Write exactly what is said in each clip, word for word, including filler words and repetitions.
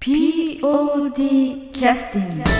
ピーオーディー キャスティング。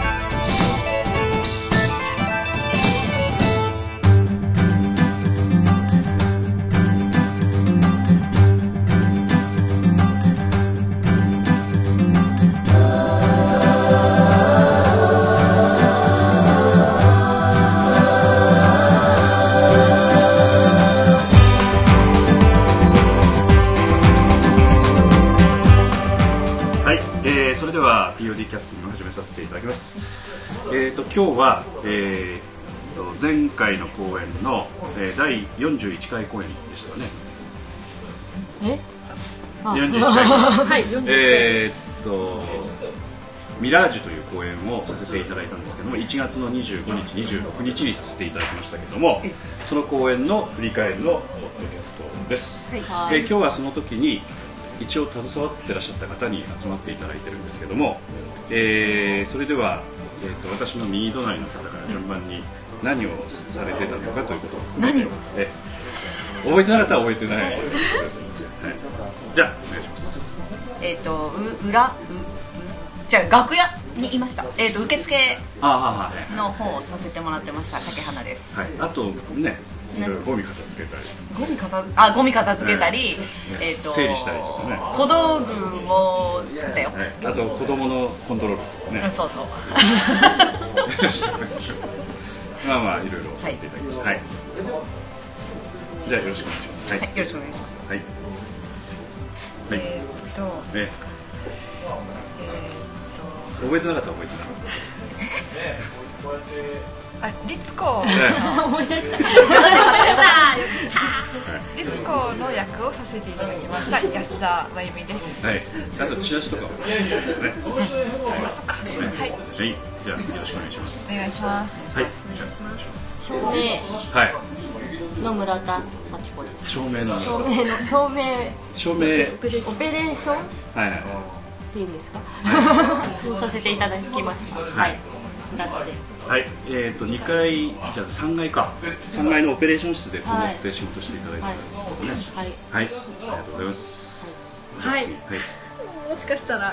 それでは ピーオーディー キャスティングを始めさせていただきます。えーと今日は、えー、と前回の公演の、えー、だいよんじゅういっかい公演でしたね。 えあよんじゅういっかい公演はい、よんじゅういっかいえーとミラージュという公演をさせていただいたんですけども、いちがつのにじゅうごにち、にじゅうろくにちにさせていただきましたけども、その公演の振り返りのポッドキャストです。はい、えー、今日はその時に一応携わってらっしゃった方に集まっていただいてるんですけども、えー、それでは、えー、と私の右隣の方から順番に何をされてたのかということを含めて、え覚えてなかったら覚えてないということですので、はい、じゃあお願いします。 えっ、ー、とう裏うじゃあ楽屋にいました。えっ、ー、と受付の方をさせてもらってました竹花です。 はい、あとね。ゴミ片付けたり、 ゴミ片あゴミ片付けたり、えー、と整理したりとかね、 小道具も作ったよ、 はい、あと子供のコントロールとかね、 うん、そうそうまあまあいろいろやっていただきます。はい、じゃあよろしくお願いします。はい、 はい、よろしくお願いします。 はい、はい、 えーっと、 ね、 えーっと覚えてなかったら覚えてなかったあ、律子思い出した律子の役をさせていただきました安田真由美です。 はい、あとチラシとかもね、 あ、そっか、はい、 はい、じゃあよろしくお願いします。 お願いします。 はい、じゃあお願いします。 照明はいの村田幸子です。 照明の照明の照明照明オペレーションはいはいっていうんですか、そうさせていただきました。 はい、 村田です。 はい、えーとにかい、じゃあさんがいか、さんがいのオペレーション室でこもって仕事していただいてるんですかね。はい、はい、ありがとうございます。 はい、 はい、 もしかしたら、 はい、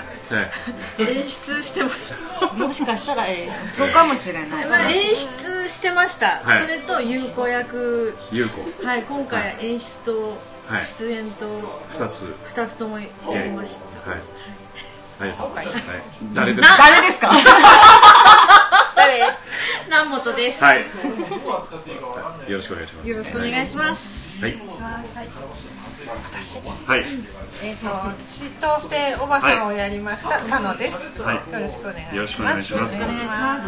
演出してました。 もしかしたら、えー、 そうかもしれない。 演出してました。はい、それと優子役、 優子、 はい、今回演出と出演とふたつ、 ふたつともやりました。 はい、はい、はい、誰ですか？ 誰ですか？誰？ 南本です。 はい。よろしくお願いします。 よろしくお願いします。 はい。 私。 はい。 えっと千歳おばさんをやりました佐野です。はい。よろしくお願いします。 よろしくお願いします。 お願いします。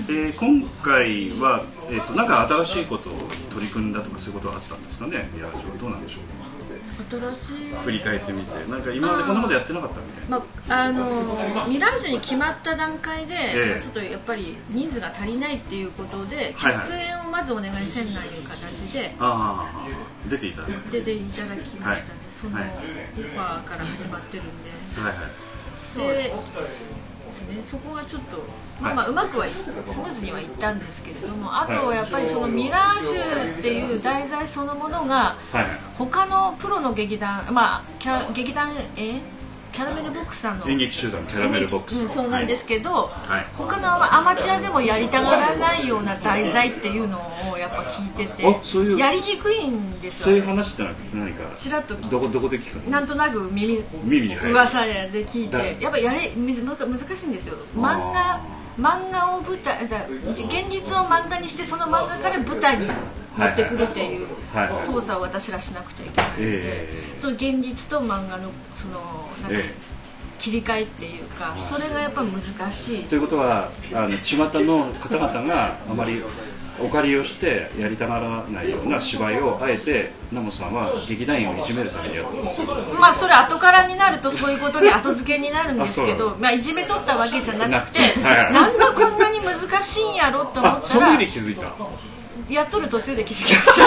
えー、今回はえっとなんか新しいことを取り組んだとかそういうことはあったんですかね。いやどうなんでしょう。 新しい振り返ってみて、なんか今までこんなことやってなかったみたいな。 まあ、あのミラージュに決まった段階で、 ええ、 ちょっとやっぱり人数が足りないっていうことで、 はいはい、 ひゃくえんをまずお願いせんないいう形であ出ていただいて出ていただきましたね。 はい、 その、はい、オファーから始まってるんで、 はいはい、 でですね、そこがちょっと、まあまあうまくはいスムーズにはいったんですけれども、あとはやっぱりそのミラージュっていう題材そのものが他のプロの劇団、まあキャ劇団えキャラメルボックスさんの演劇集団キャラメルボックス、 うん、そうなんですけど、 はい、 他のアマチュアでもやりたがらないような題材っていうのをやっぱ聞いてて、 そういうやりにくいんですよ。 そういう話って何かちらっとどこどこで聞くの？ なんとなく耳耳に入る噂で聞いて、やっぱりやれ難しいんですよ。漫画漫画を舞台現実を漫画にしてその漫画から舞台に持ってくるっていう操作を私らしなくちゃいけないので、えー、その現実と漫画のそのなんか、えー、切り替えっていうか、それがやっぱ難しい。 ということはあの巷の方々があまりお借りをしてやりたがらないような芝居をあえて南本さんは劇団員をいじめるためにやってるんですよ。 まあそれ後からになるとそういうことに後付けになるんですけどまあいじめ取ったわけじゃなくて、はいはい、なんだこんなに難しいんやろと思ったら、 その時に気づいた。 やっとる途中で気づきました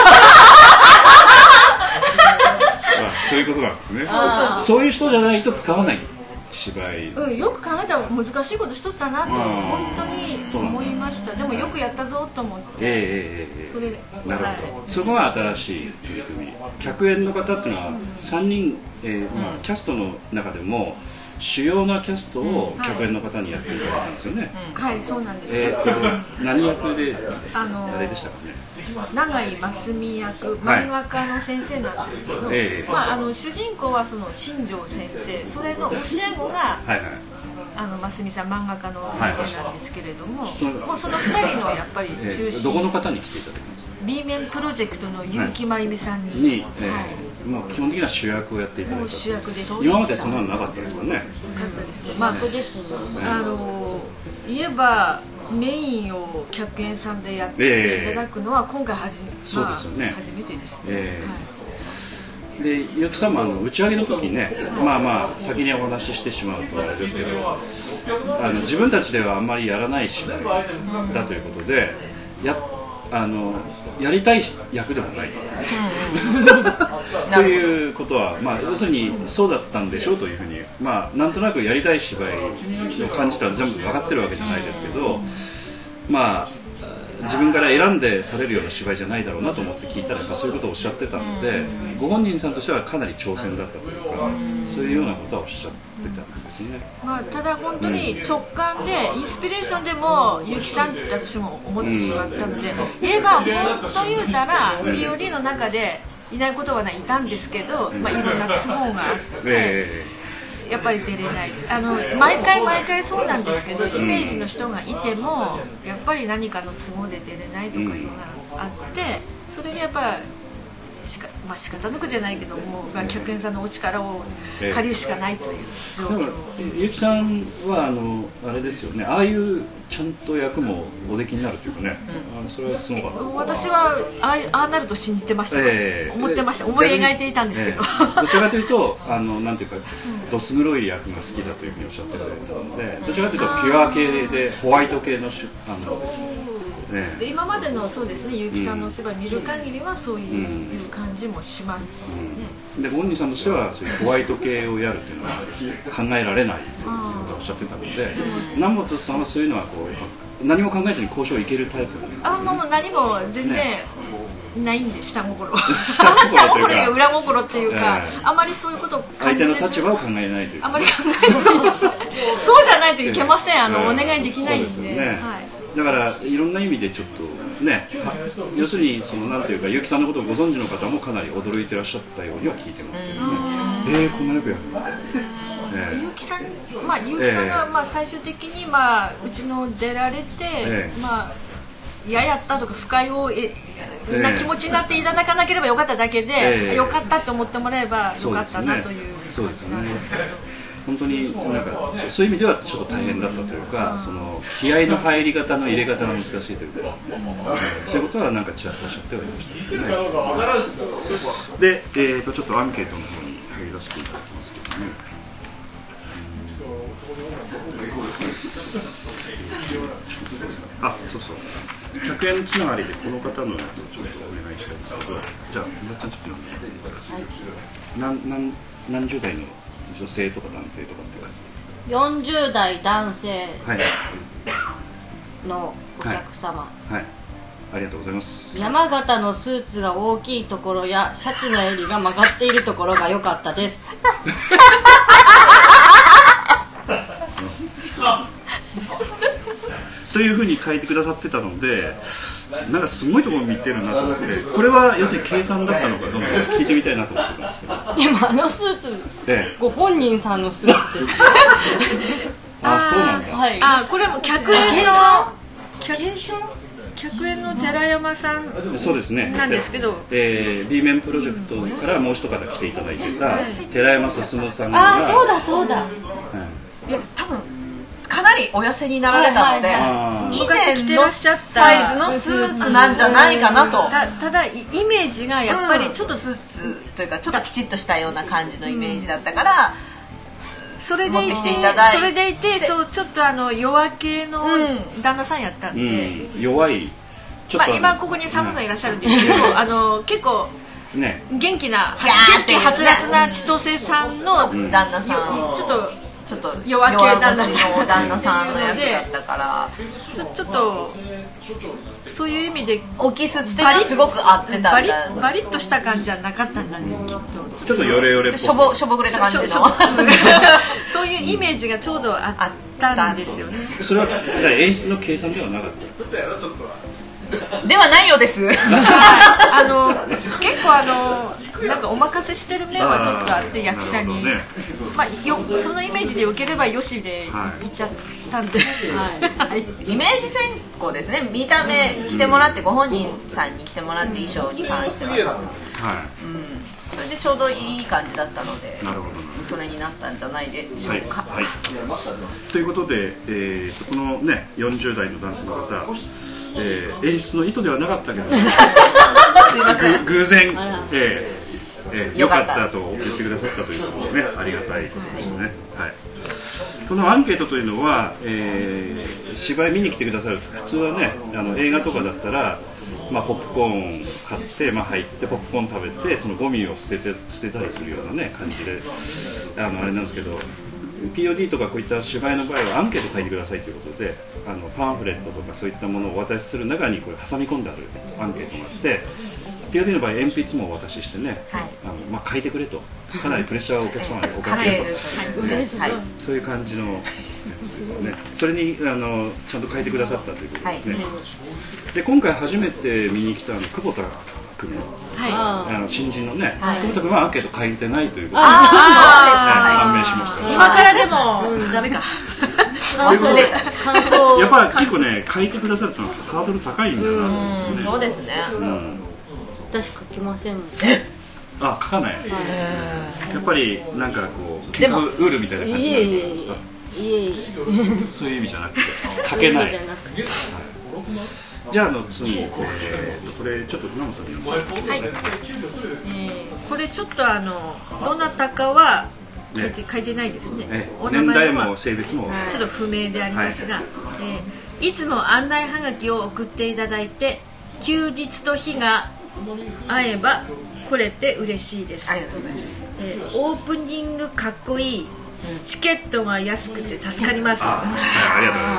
あ、そういうことなんですね。そうそう、そういう人じゃないと使わない芝居、 うん、よく考えたら難しいことしとったなと本当に思いました。でもよくやったぞと思って、 えーえーえー、 それでなるほど、はい、そこが新しい取り組み。客演の方っていうのはさんにん、えーまあ、キャストの中でも主要なキャストを客演の方にやっていただいたんですよね。 はい、そうなんです。 えっと何役であのあれでしたかね。 永井真澄役、漫画家の先生なんですけど、 はいえーまあ、あの主人公はその新庄先生、それの教え子が、はいはい、あの真澄さん、漫画家の先生なんですけれども、はい、もうそのふたりのやっぱり中心、えー、 どこの方に来ていただきますか。 B 面プロジェクトの結城真由美さんに、はいにえーはい、もう基本的な主役をやっていただいた。 主役です。 今までそんなのなかったですからね。 なかったですね。まあ、あの言えばメインを客演さんでやっていただくのは今回初め、 そうですよね、 まあ、初めてですね。 えーはい、 で結城さんもあの打ち上げの時にね、まあまあ先にお話ししてしまうとあれですけど、あの自分たちではあんまりやらない芝居だということで、やあのやりたい役でもないということは、まあ、要するにそうだったんでしょうというふうに、まあ、なんとなくやりたい芝居を感じたら全部分かってるわけじゃないですけど、まあ自分から選んでされるような芝居じゃないだろうなと思って聞いたら、やっぱそういうことをおっしゃってたので、ご本人さんとしてはかなり挑戦だったというか、そういうようなことはおっしゃってたんですね。 まあ、ただ本当に直感でインスピレーションでも結城さんって私も思ってしまったので、言えば本当言うたら ピーオーディー の中でいないことはない、いたんですけど、まあ、いろんな都合があって、えーやっぱり出れない。あの毎回毎回そうなんですけど、イメージの人がいてもやっぱり何かの都合で出れないとかいうのがあって、それでやっぱしか、まあ、仕方なくじゃないけども、まあ、客演さんのお力を借りるしかないという状況。 結城さんはあのあれですよね、ああいうちゃんと役もおできになるというかね、うん、あのそれはすごかった。 私はああ、ああなると信じてました、えー、思ってました、思い描いていたんですけど、えー、どちらかというとあのなんていうか、うん、どす黒い役が好きだというふうにおっしゃってくれたので、どちらかというとピュア系でホワイト系のしあのね、で今までのそうですね、結城さんのお芝居見る限りはそういう感じもしますね。 うん、で本人さんとしてはそういうホワイト系をやるっていうのは考えられないということをおっしゃってたので、南本さんはそういうのはこう何も考えずに交渉いけるタイプなんです、ね、 あもう何も全然、ね、ないんで、下心下心が裏心っていうか、えー、あまりそういうことを感じず、相手の立場を考えないという、 あまり考えずにそうじゃないといけません、あの、えー、お願いできないんで、ね、はい、 だからいろんな意味でちょっとね、要するにそのなんていうか、結城さんのことをご存知の方もかなり驚いてらっしゃったようには聞いてますけどね。えー、こんな役やるの、 えー、結城さん、まあ結城さんがまあ最終的にまあうちの出られて、えー、まあ嫌やったとか不快をえな気持ちになっていただかなければよかっただけで、えー、よかったと思ってもらえばよかったなという感じなんですけど。 本当になんかそういう意味ではちょっと大変だったというか、その気合の入り方の入れ方が難しいというか、そういうことはなんかちらっとおっしゃっておりました、ね。で、えーと、ちょっとアンケートの方に入らせていただきますけどね。あ、そうそう。客演つながりでこの方のやつをちょっとお願いしたいんですけど、じゃあ小田ちゃんちょっと読んでもらっていいですか。何何何十代の女性とか男性とかって感じ。よんじゅう代男性のお客様、 はいはいはい、ありがとうございます。 山形のスーツが大きいところやシャツの襟が曲がっているところが良かったですというふうに書いてくださってたので、なんかすごいところ見てるなと思って、これは要するに計算だったのかどうなのか聞いてみたいなと思ってたんですけど。 でもあのスーツ、ええ、ご本人さんのスーツですああ、そうなんだ、 はい、あこれも客演の客演の寺山さんそうですねなんですけど、 えー、B 面プロジェクトからもう一方来ていただいてた寺山進さんが、 あそうだそうだ、 いや多分かなりお痩せになられたので、以前のサイズのスーツなんじゃないかなと。 た, ただイメージがやっぱりちょっと、 うん、スーツというかちょっときちっとしたような感じのイメージだったから、 うん、それでいてそれでいてそうちょっとあの弱系の旦那さんやったんで、 うん、弱いちょっと、まあ、今ここに佐野さんいらっしゃるんですけど、うん、あの結構ね、元気な元気はつらつな千歳さんの旦那さん、ちょっとちょっと弱気弱旦那さん腰の旦那さんの役だったからちょちょっとそういう意味で大きいスーツっていうのはすごく合ってたんだ。 バリッバリッとした感じじゃなかったんだね、きっと。 ちょっとヨレヨレっぽいしょぼしょぼぐれた感じのしょしょそういうイメージがちょうどあったんですよね。 それは演出の計算ではなかった。 ではないようです。 あの結構あのなんかお任せしてる面はちょっとあって役者に、ね、まあ、よそのイメージで受ければよしでいっちゃったんで、はいはい、 イメージ選考ですね。見た目着てもらってご本人さんに着てもらって衣装に関しては多分、はい、うん、それでちょうどいい感じだったので、なるほど、それになったんじゃないでしょうか。はいはい、 ということで、えー、このねよんじゅう代の男性の方、えー、演出の意図ではなかったけど偶然、えーえー、よかったと言ってくださったということでね、ありがたいことですね。はい、このアンケートというのは、えー、芝居見に来てくださる、普通はね、あの映画とかだったら、まあ、ポップコーン買って、まあ、入ってポップコーン食べてそのゴミを捨てて捨てたりするような、ね、感じであのあれなんですけど、 ピーオーディー とかこういった芝居の場合はアンケート書いてくださいということで、あのパンフレットとかそういったものをお渡しする中にこれ挟み込んであるアンケートがあって、 ピーオーディー の場合鉛筆もお渡ししてね、はい、あのまあ、書いてくれと、かなりプレッシャーをお客様におかけると、そういう感じのやつですよね。それにあのちゃんと書いてくださったということですね。はい、で今回初めて見に来たあの久保田君、はい、あの新人のね、はい、久保田君はアンケート書いてないということで、判明しました。 今からでもダメか。 やっぱり結構ね、書いてくださるとハードル高いんだなと思って、ね、 そうですね。うん、 私書きませんもん。 あ、書かない。やっぱりなんかこう結構ウールみたいな感じになるんですか。いえいえ。そういう意味じゃなくて書けない。じゃああの次、えー、これちょっとナムさんに読んで、はい、 えー、これちょっとあのどなたかは書いて、ね、書いてないですね。 ね、お名前年代も性別もちょっと不明でありますが、はい、えー、いつも案内はがきを送っていただいて休日と日が合えば来れて嬉しいです。ありがとうございます。えー、オープニングかっこいい、チケットが安くて助かります。 あ、ありがとうございます。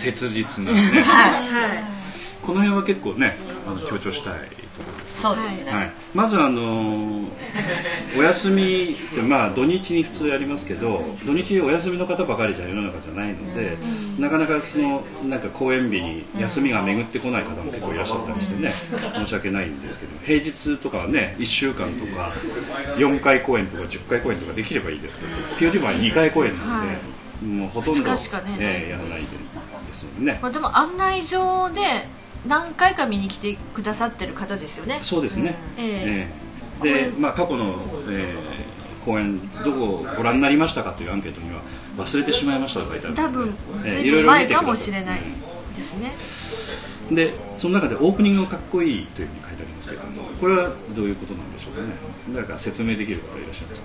切実なね、はいはい、この辺は結構ね、あの強調したいところです。 そうですね。 はい、まずあのお休みって、まあ土日に普通やりますけど、土日お休みの方ばかりじゃ世の中じゃないので、うん、なかなかそのなんか公演日に休みが巡ってこない方も結構いらっしゃったりしてね、申し訳ないんですけど、平日とかはねいっしゅうかんとかよんかい公演とかじゅっかい公演とかできればいいですけど、ピーオーディー はにかい公演なので、はい、もうほとんど、ねね、やらないですのでね。 まあ、でも案内状で何回か見に来てくださってる方ですよね。 そうですね。うん、えー、で、まあ、過去の、えー、公演どこをご覧になりましたかというアンケートには忘れてしまいましたと書いてあるので、 多分、 えー、 いろいろ前かもしれないですね。 でその中でオープニングがかっこいいというふうに書いてありますけれども、これはどういうことなんでしょうかね。誰か説明できる方いらっしゃいますか。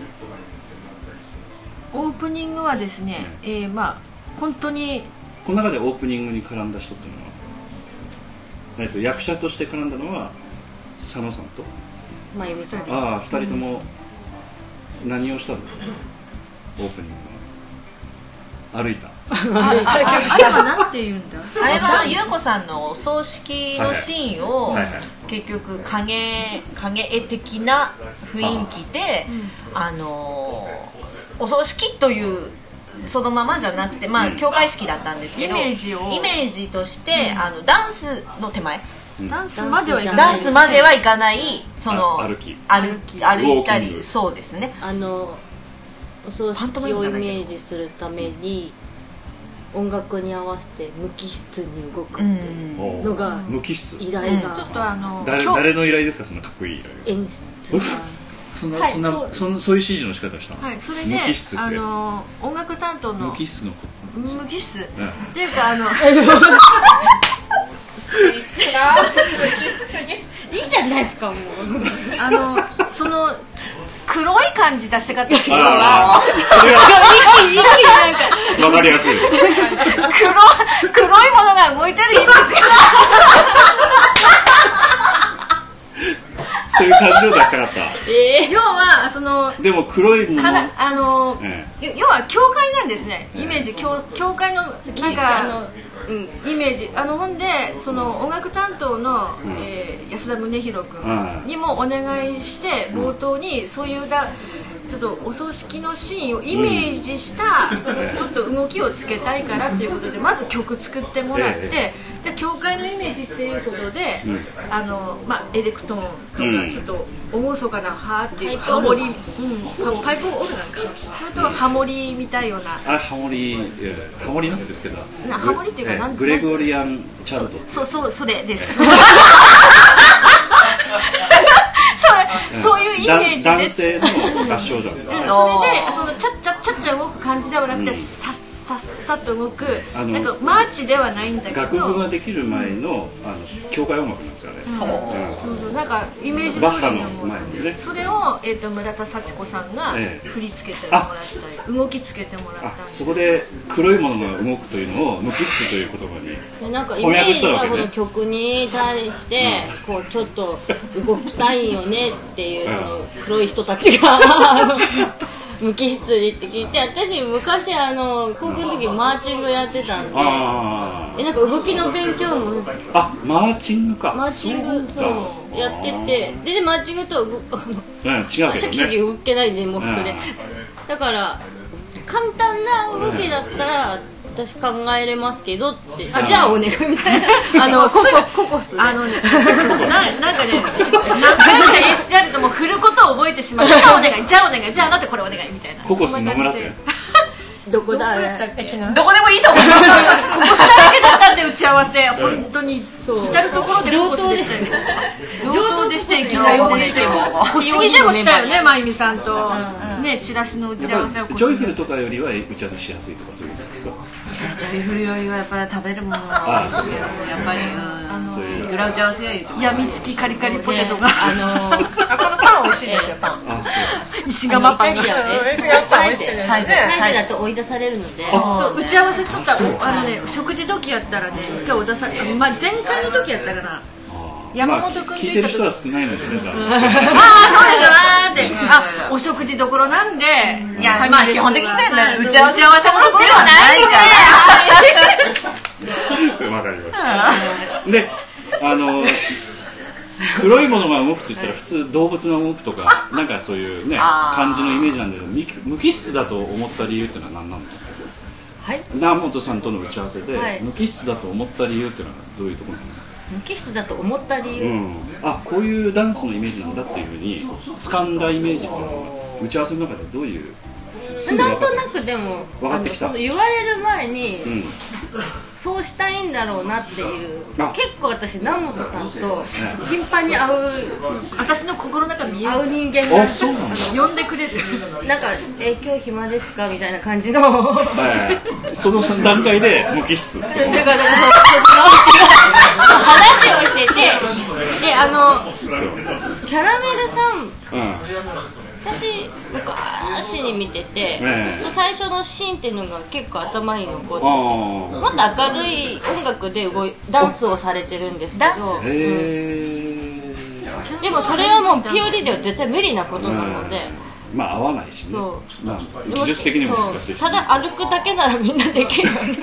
オープニングはですね、えー、まあ本当にこの中でオープニングに絡んだ人っていうのは、えっと、役者として絡んだのは佐野さんとまゆみさん。 ああ、ふたりとも何をしたんですか。オープニングは歩いた。 あれはなんて言うんだ。 あれは優子さんのお葬式のシーンを結局影影絵的な雰囲気で、あのお葬式というそのままじゃなくて、まあ教会式だったんですけど、 イメージをイメージとして、あのダンスの手前、 ダンスまではいかない、 ダンスまではいかないその歩き歩き歩いたり、そうですね。 あのお葬式をイメージするために音楽に合わせて無機質に動くっていうのが無機質依頼が、 ちょっとあの誰, 誰の依頼ですか。そんなかっこいい依頼。 演出がそんな、はい、そんなそんそういう指示の仕方したの。 はい、それで、ね、 無機質ってあの音楽担当の無機質の無機質、うん、っていうかあのいいじゃないですか。もうあのその黒い感じ出したかったけど、 わかりやすい。 黒黒いものが動いてるイメージがそういう感じを出したかった。 えー、要はそのでも黒いものかなあの、 ええ、要は教会なんですね。イメージ教教会のなんか。うん、イメージあのほんでその音楽担当の、うんえー、安田宗弘君にもお願いして冒頭にそういうだちょっとお葬式のシーンをイメージしたちょっと動きをつけたいからっていうことでまず曲作ってもらってで教会のイメージっていうことで、うんあのまあ、エレクトーンとかちょっと厳かなハーっていうハモリ、うん、パイプオルガンかそれとハモリみたいようなあれハモリハモリなんですけどハモリっていうかなんグレゴリアンチャントそうそうそれですそれそういうイメージで男性の合唱団それでそのチャッチャッチャッチャ動く感じではなくて、うん、さっさっさっと動くなんかマーチではないんだけど楽譜ができる前のあの教会音楽なんですよね、うんうん、そうそうなんかイメージ通りバッハの前にねそれを、えー、と村田幸子さんが振り付けてもらったり、ええ、動きつけてもらったんですそこで黒いものが動くというのを無機質という言葉になんかイメージがこの曲に対して、うん、こうちょっと動きたいよねっていう、うん、その黒い人たちが無機質にって聞いて私昔あの高校の時マーチングやってたんであえなんか動きの勉強もあマーチングかマーチングそうやっててででマーチングとは、うん、 違うけどねシャキシャキ動けないで喪服でだから簡単な動きだったら私考えれますけどってあじゃあお願いみたいなあのココココスあのねななんかね何回も エスジーアール とも振ることを覚えてしまうじゃあお願いじゃあお願いじゃあなってこれお願いみたいなココス野村ってどこだどこでもいいと思いますココスだらけだったんで打ち合わせ本当に至る所でココスでしたよ上等でしたよいきなりでしたよ小杉でもしたよね真由美さんとねチラシの打ち合わせをジョイフルとかよりは打ち合わせしやすいとかそういうんですかジョイフルよりはやっぱり食べるものが多いですよやっぱり裏打ち合わせや言うとやみつきカリカリポテトがあのこのパン美味しいですよパン石窯パンが石窯パン美味しいですねサイズだと追い出されるのでそう打ち合わせしとったあのね食事時やったらね一回お出さまあ前回の時やったかな山本君と聞いてる人は少ないのでねああそうですよなーってあお食事どころなんでいやまあ基本的にね打ち合わせのところではないからわかりましたであの黒いものが動くって言ったら普通動物が動くとかなんかそういうね感じのイメージなんだけど無機質だと思った理由っていうのは何なんだろう、はい、南本さんとの打ち合わせで、はい、無機質だと思った理由っていうのはどういうところなの無機質だと思った理由、 うん、あこういうダンスのイメージなんだっていうふうに掴んだイメージっていうのは打ち合わせの中でどういうなんとなくでも分かってきたあの言われる前に、うん、そうしたいんだろうなっていう結構私南本さんと頻繁に会う私の心の中見える会う人間が呼んでくれるなんかえ今日暇ですかみたいな感じの、 はい、その段階で無機質ってだからだから話をしててであのキャラメルさん、うん、私昔に見てて、ね、最初のシーンっていうのが結構頭に残っててもっと明るい音楽で動いダンスをされてるんですけど、うん、でもそれはもう ピーオーディー では絶対無理なことなので、 うん、まあ合わないしねまあ、技術的にも難しいただ歩くだけならみんなできるよね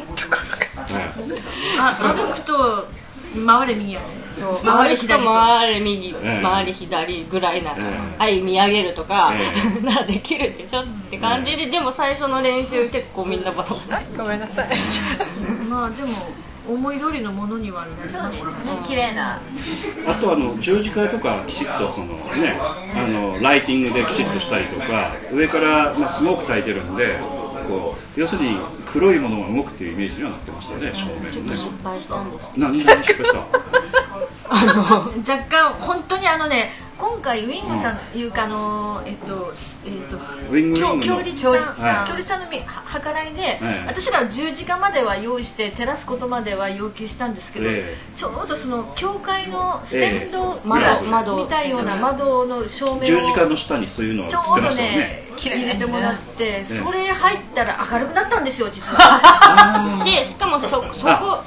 あ歩くと回れ右やね回れ左回れ右、えー、回れ左ぐらいなら、えー、はい見上げるとか、えー、ならできるでしょって感じで、えー、でも最初の練習結構みんなバタバタごめんなさいまあでも思い通りのものにはなりましたね綺麗なあとあの十字架とかきちっとそのねあのライティングできちっとしたりとか上から、まあ、スモーク焚いてるんでこう要するに黒いものが動くっていうイメージにはなってましたよね照明のね失敗したんです何何失敗したあの若干本当にあのね今回ウィングさんいうかあのえっとえっと強立さん強立さんの計らいで私らはじゅうじかんまでは用意して照らすことまでは要求したんですけどちょうどその教会のステンドグラスみたいような窓の照明をじゅうじかんの下にそういうのをちょうどね入れてもらってそれ入ったら明るくなったんですよ実はでしかもそそこ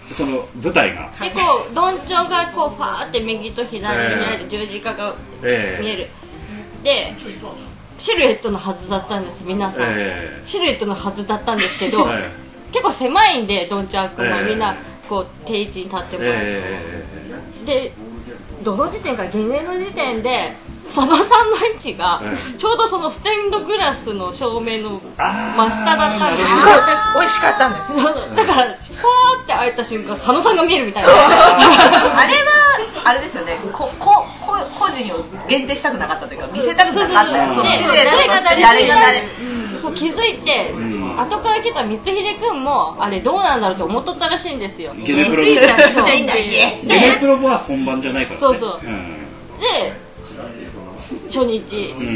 その舞台がでこうどんちょうがこうファーって右と左に見られて十字架が見える、でシルエットのはずだったんです、皆さん、えー、シルエットのはずだったんですけど、えー、結構狭いんでどんちゃんくんはみんなこう定位置に立ってもらって、えー、でどの時点かゲネの時点で佐野さんの位置がちょうどそのステンドグラスの照明の真下だったんですすごい美味しかったんです。 だからスポーって開いた瞬間佐野さんが見えるみたいな。 あれはあれですよね、こここ個人を限定したくなかったというか見せたくなかったよ。そうシルエットとして誰が誰、 そう気づいて、うん、後から来た光秀君もあれどうなんだろうと思っとったらしいんですよ。 ゲネプロボゲネプロボは本番じゃないからね。 そうそう、うん、で初日、うんうん、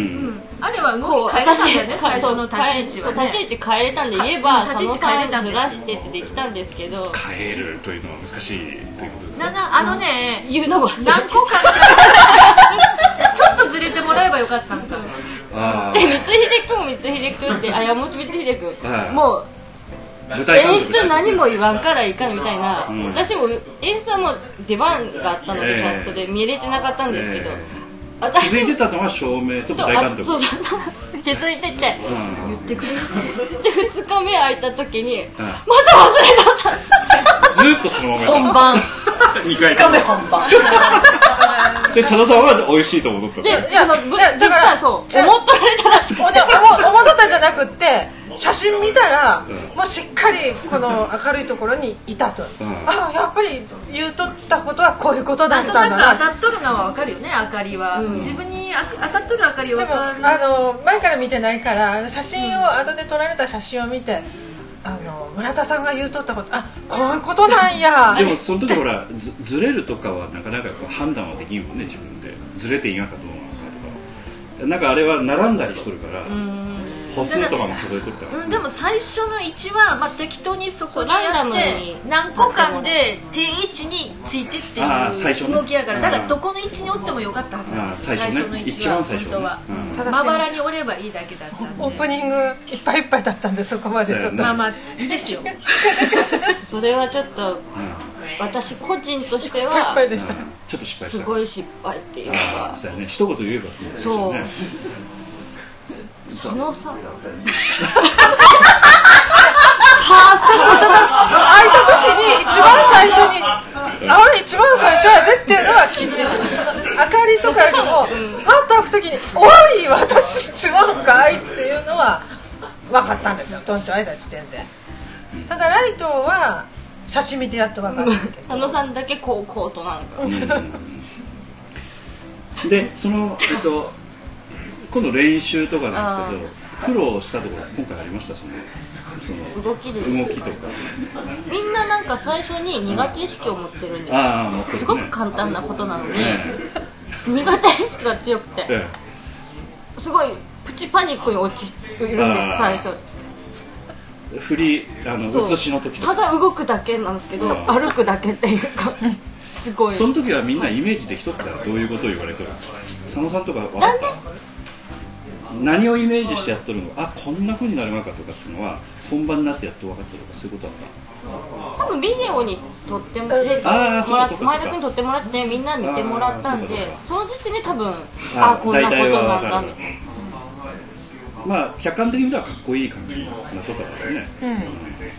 あれは動き変えれたんだよね、最初の立ち位置はね。 立ち位置変えれたんで言えば佐野さんずらしてってできたんですけど、 変えるというのは難しいということですか。 なあのね、 言うの忘れて何個かちょっとずれてもらえばよかったんか。 で光秀君光秀君ってあ山本光秀君、はい、もう演出何も言わんからいかんみたいな、うん、私も演出はもう出番があったので、えー、キャストで見れてなかったんですけど、えー気づいてたのは照明と舞台監督。 そうそう気づいてて、うん、言ってくれるでふつかめ空いた時に、うん、また忘れたったずっとそのまま本番にかいふつかめ本番で佐野さんは美味しいと思った。 でいやだからそう思っとられたらしくて思っとったんじゃなくって写真見たら、うん、もうしっかりこの明るいところにいたと、うん、あやっぱり言うとったことはこういうことだったんだな。 なんか当たっとるのは分かるよね、明かりは、うん、自分に当たっとる明かりは分かる。 でもあの前から見てないから写真を、うん、後で撮られた写真を見て、あの村田さんが言うとったこと、あこういうことなんやでもその時ほら ず, ずれるとかはなかなか判断はできんもんね、自分でずれていいがかどうなのかとか、なんかあれは並んだりしとるから、うん歩数とかも数えとったら、 うん、でも最初の位置は、まあ、適当にそこにやって何個間で定位置についてっていう動きやから、だからどこの位置におってもよかったはずなんです。 最初ね、一番最初本当は、うん、まばらにおればいいだけだったんで、 オープニングいっぱいいっぱいだったんで、そこまでちょっとまあまあいいですよそれはちょっと、うん、私個人としてはいっぱいでした、 うん、ちょっと失敗した、 すごい失敗っていうか、 そうやね、一言言えばそうですよね。 佐野さんはあ、そうそう、開いた時に一番最初にあれ一番最初やぜっていうのは聞いてる。その明かりとかよりもパッと開く時に「おい私違うんかい」っていうのは分かったんですよ、どんちょ開いた時点で。ただライトは写真見てやっと分かるんだけど、 佐野さんだけこうこうとなんか、 うん、でそのえっと今度練習とかなんですけど、苦労したところ今回ありました？そのその動きで動きとかみんななんか最初に苦手意識を持ってるんですよ、 あ持ってるね、 すごく簡単なことなのに、ね、苦手意識が強くて、ええ、すごいプチパニックに落ちるんです最初。 振りあの写しの時とかただ動くだけなんですけど、歩くだけっていうかすごい。 その時はみんなイメージできとったらどういうことを言われてる？佐野さんとか分かった？何をイメージしてやっとるのか、あこんな風になるのかとかっていうのは本番になってやっと分かったとか、そういうことだった？ 多分ビデオに撮ってもらって前田君に撮ってもらってみんな見てもらったんで、その時点で多分あこんなことなんだみたいな。 まあ客観的に見たらかっこいい感じのとかだよね、うんうんうん、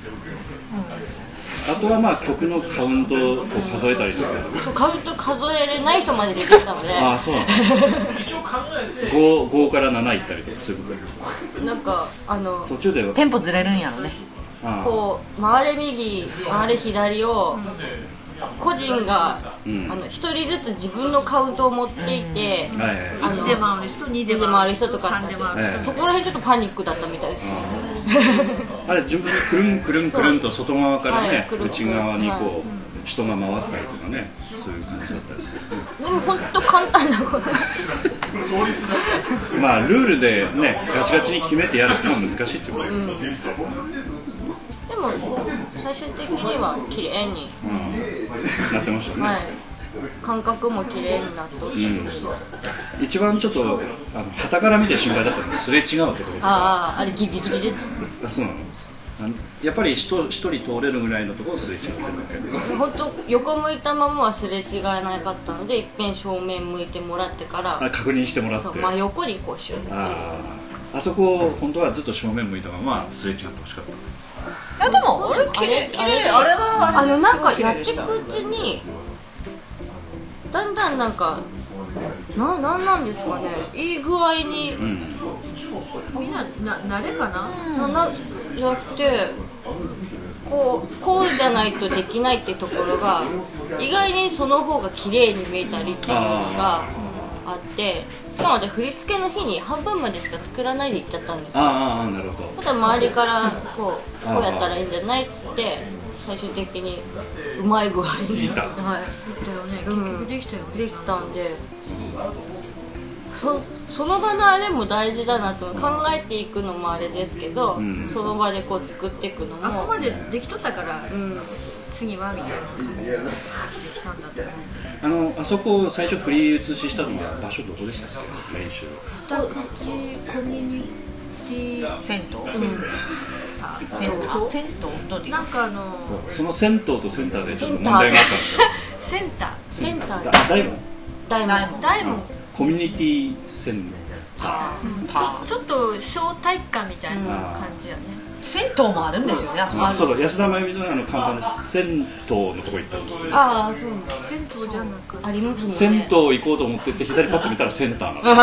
あとはまあ曲のカウントを数えたりとか、 そうカウント数えれない人まで出てきたのでああそうなんだご, ごからなないったりとかそういうことなんかあの途中でテンポずれるんやろね。 こう回れ右回れ左を、うん個人がひとりずつ自分のカウントを持っていて、うんはいはい、いちで回る人にで回る人とかさんで回る人、 そこら辺ちょっとパニックだったみたいです、ね、 あれ順番にくるんくるんくるんと外側からね、はい、内側にこう、はい、人が回ったりとかね、そういう感じだったんですけど、 でも本当簡単なことまあルールでねガチガチに決めてやるっていうのは難しいっていうことですよね、うんでも最終的には綺麗に、 うん、なってましたね、 はい、感覚も綺麗になってほしい、うん、 一番ちょっとあの旗から見て心配だったのはすれ違うところとか、 あああれギリギリであそうなのやっぱり人一人通れるぐらいのところをすれ違ってるわけですよ。 本当横向いたままはすれ違えなかったので、いっぺん正面向いてもらってからあ確認してもらって、 そう真横にこうシュッていう。 ああそこ本当はずっと正面向いたまますれ違ってほしかった。 いやでもあれ綺麗綺麗あれはあのなんかやっていくうちにだんだんなんかななんなんですかね、いい具合に、うん、 みんなな慣れかな、 うん、なじゃなくてこうこうじゃないとできないっていうところが意外にその方が綺麗に見えたりっていうのがあって、しかも振り付けの日に半分までしか作らないで行っちゃったんですよ。 ああなるほど。 ただ周りからこうこうやったらいいんじゃないっつって最終的にうまい具合にいた、 はい、 結局できたよね、 できたんで、うん、そ, その場のあれも大事だなと考えていくのもあれですけど、うん、その場でこう作っていくのもあここまでできとったから、うん、次はみたいな感じでできたんだと思う。 あのあそこ最初振り写ししたのは場所どこでしたっけ？練習二口コミュニティ銭湯、うん銭湯銭湯どうでなんかあのその銭湯とセンターでちょっと問題があったんですよ。 センターセンター大門大門大門コミュニティセンターちょっと小体育館みたいな感じやね。 銭湯もあるんですよね。 あそうだ安田真由美さんの看板で銭湯のとこ行ったんですよ。 ああそう銭湯じゃなくありますもんね。 銭湯行こうと思ってて左パッと見たらセンターなの。 えー、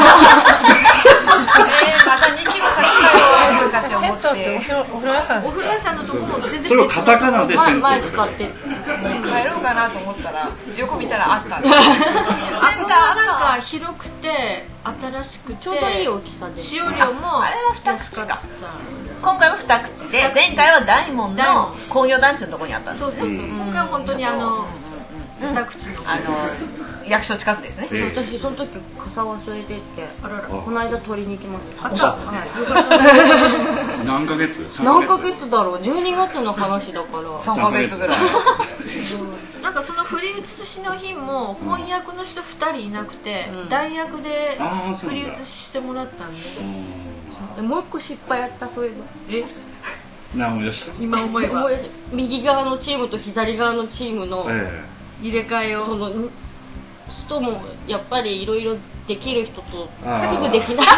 またにキロ先かよとかって思ってお風呂屋さんお風呂屋さんのとこも全然別それをカタカナで銭湯前使ってもう帰ろうかなと思ったら横見たらあったんでセンターなんか広くて新しくてちょうどいい大きさで使用量もあれは二口か。今回は二口で前回は大門の工業団地のところにあったんです。 そうそうそう、今回は本当にあの二口のあの役所近くですね。 私その時傘忘れてってあららこの間取りに行きました。 あった、 はい、何ヶ月何ヶ月だろうじゅうにがつの話だからさんかげつぐらいなんかその振り写しの日も翻訳の人ふたりいなくて、うん、代役で振り写ししてもらったんで、 うん、もう一個失敗やった。そういえばえ何思い出した？ 今思えば右側のチームと左側のチームの入れ替えを、 その人もやっぱりいろいろできる人とすぐできない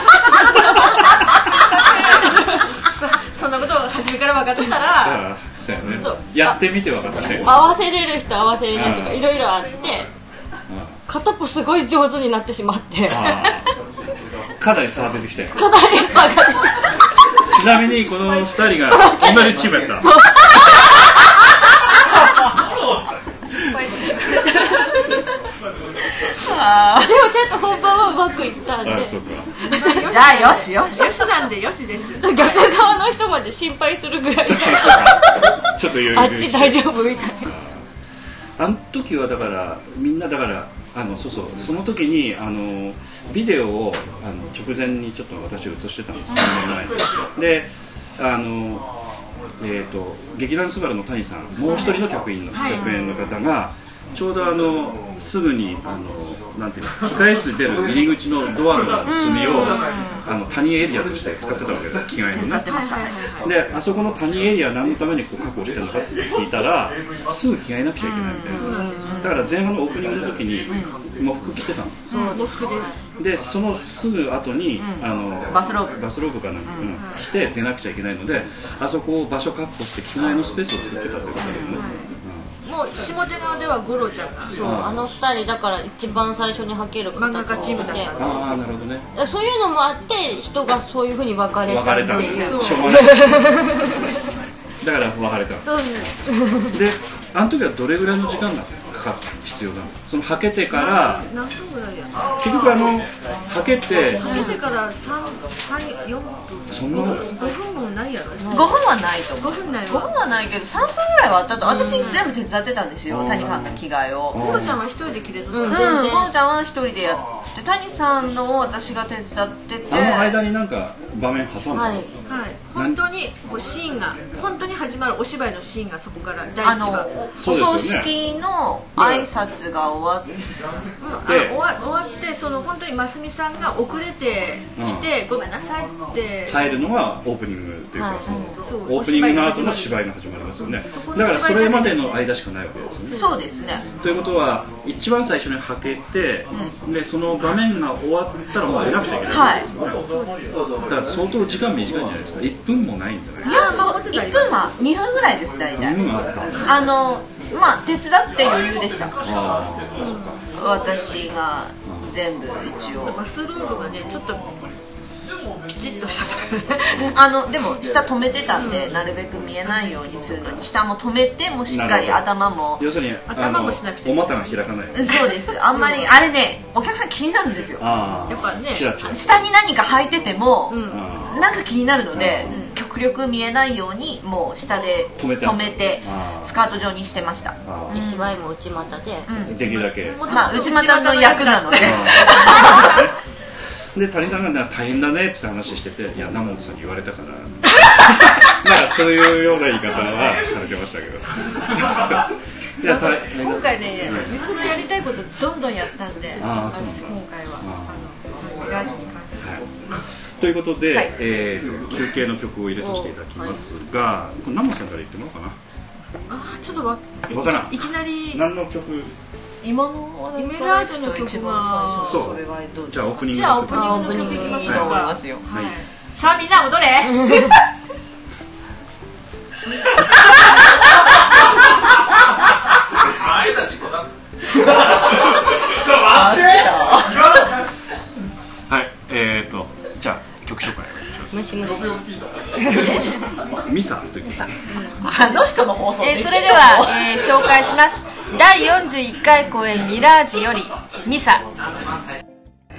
そ, そんなことを初めから分かってたらそうやね、やってみて分かったね。 合わせれる人合わせれないとかいろいろあって片っぽすごい上手になってしまってかなり差が出てきたよ。 かなり差が出てきた。 ちなみにこのふたりが同じチームやった失敗チームあでもちゃんと本番はうまくいったんで、 あそうかじゃあよしよしよしなんでよしです。 逆側の人まで心配するぐらいちょっと余裕あっち大丈夫みたいな。 あの時はだからみんなだからあのそうそうその時にあのビデオをあの直前にちょっと私映してたんですよであのえーと劇団スバルの谷さんもう一人の客員の、はい、客演の方がちょうどあのすぐにあのなんていうの控え室に出る入り口のドアの隅をあの谷エリアとして使ってたわけです。着替えのね。であそこの谷エリア何のためにこう確保してるのかって聞いたらすぐ着替えなくちゃいけないみたいな。だから前半のオープニングの時に喪服着てたの。 そう喪服です。 でそのすぐ後に、うん、あのバスローブバスローブかなんか、うん、着て出なくちゃいけないのであそこを場所確保して着替えのスペースを作ってたということですね。 もう下手側では五郎ちゃんがそうあのふたりだから一番最初に履ける漫画家チームだったああなるほどね。 そういうのもあって人がそういう風に分かれた分かれたんですね。しょうがないだから分かれたんです。 そうであの時はどれぐらいの時間がかかって必要なの？そのはけてから何分ぐらいや結局あのはけてはけてからさん、よんぷんそんなごふんもないやろ。 ごふんはないと思う。 ごふんないわ。 ごふんはないけどさんぷんぐらいはあったと。私全部手伝ってたんですよ。谷さんの着替えを。 ゴロちゃんは一人で着れるの。 うん。ゴロちゃんは一人でやって谷さんのを私が手伝ってて。 あの間になんか場面挟んだ。 はい。 はい。本当にこうシーンが本当に始まるお芝居のシーンがそこから第一話。 お葬式の挨拶が終わって、 終わ終わってその本当に真澄さんが遅れてきて、うん、ごめんなさいって入るのがオープニングっていうか、 はい、そうオープニングの後の芝居が始まりますよね。だからそれまでの間しかないわけですね。 そうですね。 ということは一番最初にはけて、うん、でその場面が終わったらもう出なくちゃいけないわけですよね、はい、だから相当時間短いんじゃないですか。いっぷんもないんじゃないですか。 いや、もういっぷんはにふんぐらいです大体。うん、ああのまあ手伝って余裕でした。あ、うん、私が全部一応バスルームがねちょっとピチッとしたあのでも下止めてたんで、うん、なるべく見えないようにするのに下も止めてもしっかり頭も要するに頭もしなくてお股が開かない。 そうです。あんまりあれねお客さん気になるんですよ。 やっぱねチラチラ下に何か履いてても、うん、なんか気になるので、 うん、 極力見えないようにもう下で止めて、止めてスカート状にしてました。 芝居も内股で、 うん、できるだけまあ内股の役なのでで谷さんが大変だねって話してて、いや南本さんに言われたからなんかそういうような言い方はされてましたけどいや今回ね、うん、自分のやりたいことどんどんやったんで、私今回はあのミラージュに関しては、はい、 ということで、はい、えー、と休憩の曲を入れさせていただきますが、はい、これ南本さんから言ってもらおうかな。 あちょっとわ分からん。 いきなり何の曲。 今のイメラージュの曲がそうじゃあオープニングじゃあオープニングの曲いきましょうか、 はい、 さあみんな踊れ前田自己出すそう待ってはい、えーとじゃあ曲紹介ミサというミサあの人の放送えー、それでは、えー、紹介します。だいよんじゅういっかい公演ミラージュよりミサです。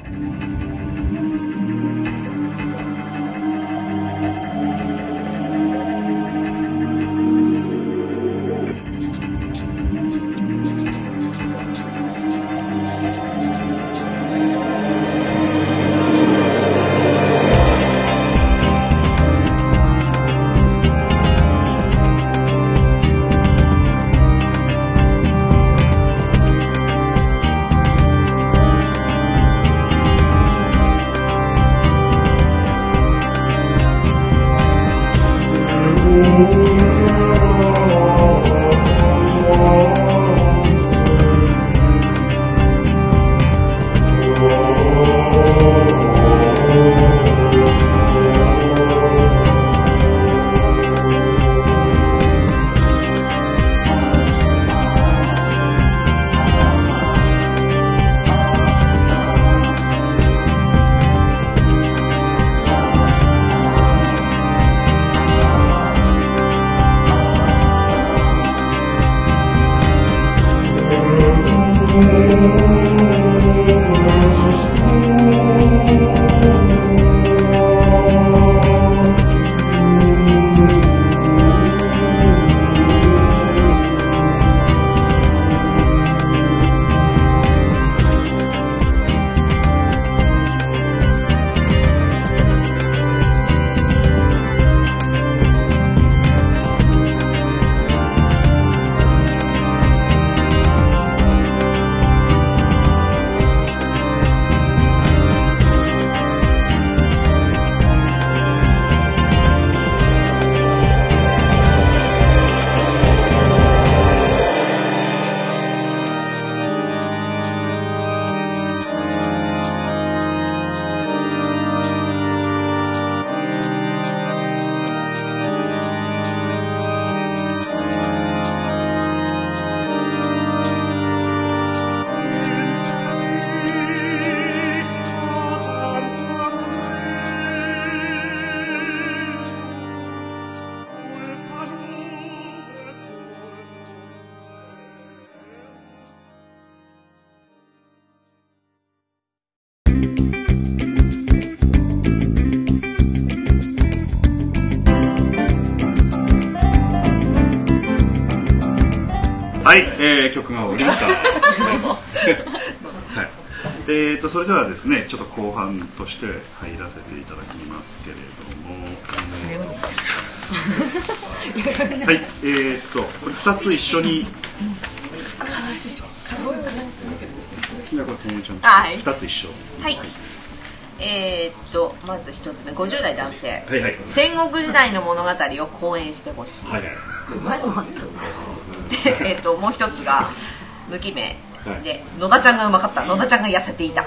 はい、えー、曲が終わりましたはい、えーとそれではですねちょっと後半として入らせていただきますけれどもはい、えーとこれふたつ一緒にふたつ一緒はい、 えー、っとまず一つ目ごじゅう代男性、 はいはい、 戦国時代の物語を講演してほしい。 はいはい、 何もあったで、えー、っともう一つが無記名で、野田ちゃんがうまかった、野田ちゃんが痩せていた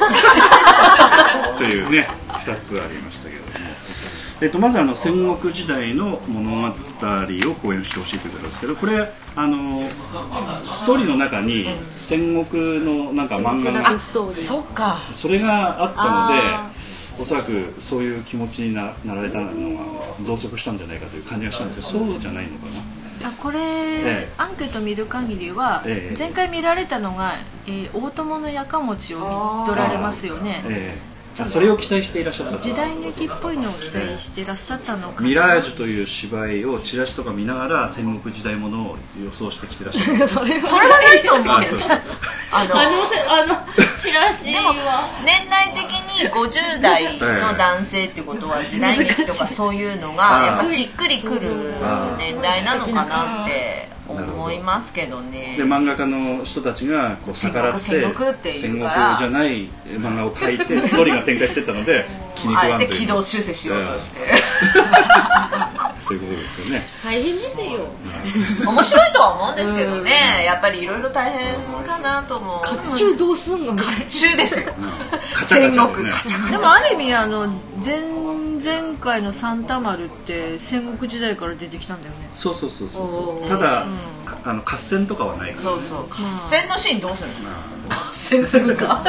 というねふたつありましたけれども、えっと、まずあの戦国時代の物語を講演してほしいということですけど、これあのストーリーの中に戦国のなんか漫画のストーリー、 そっか、 それがあったので、おそらくそういう気持ちに な, なられたのが増速したんじゃないかという感じがしたんですけど、そうじゃないのかな。 あこれ、 ええ、 アンケート見る限りは、 ええ、前回見られたのが、えー、大友のやかもちを見とられますよね。 ええ、じゃあそれを期待していらっしゃった時代劇っぽいのを期待していらっしゃったのかな。 ミラージュという芝居をチラシとか見ながら戦国時代ものを予想してきてらっしゃったそれはそれはないと思うあそうそうあのあのあのチラシでもは年代的にごじゅう代の男性ってことは時代劇とかそういうのがやっぱしっくりくる年代なのかなって思いますけどね。 で漫画家の人たちがこう逆らって戦国って戦国いうからじゃない漫画を描いてストーリーが展開していったので気に食わんという、 あえて軌道修正しようとしてそういうことですけどね。 大変ですよ。 面白いとは思うんですけどね、やっぱりいろいろ大変かなと思う。 甲冑どうすんの？甲冑ですよ、 カチャカチャ戦国ねカチャでもある意味あの前前回のサンタマルって戦国時代から出てきたんだよね。 そうそうそうそう。ただ、うん、あの合戦とかはないから。 そうそう、合戦のシーンどうするの？合戦するか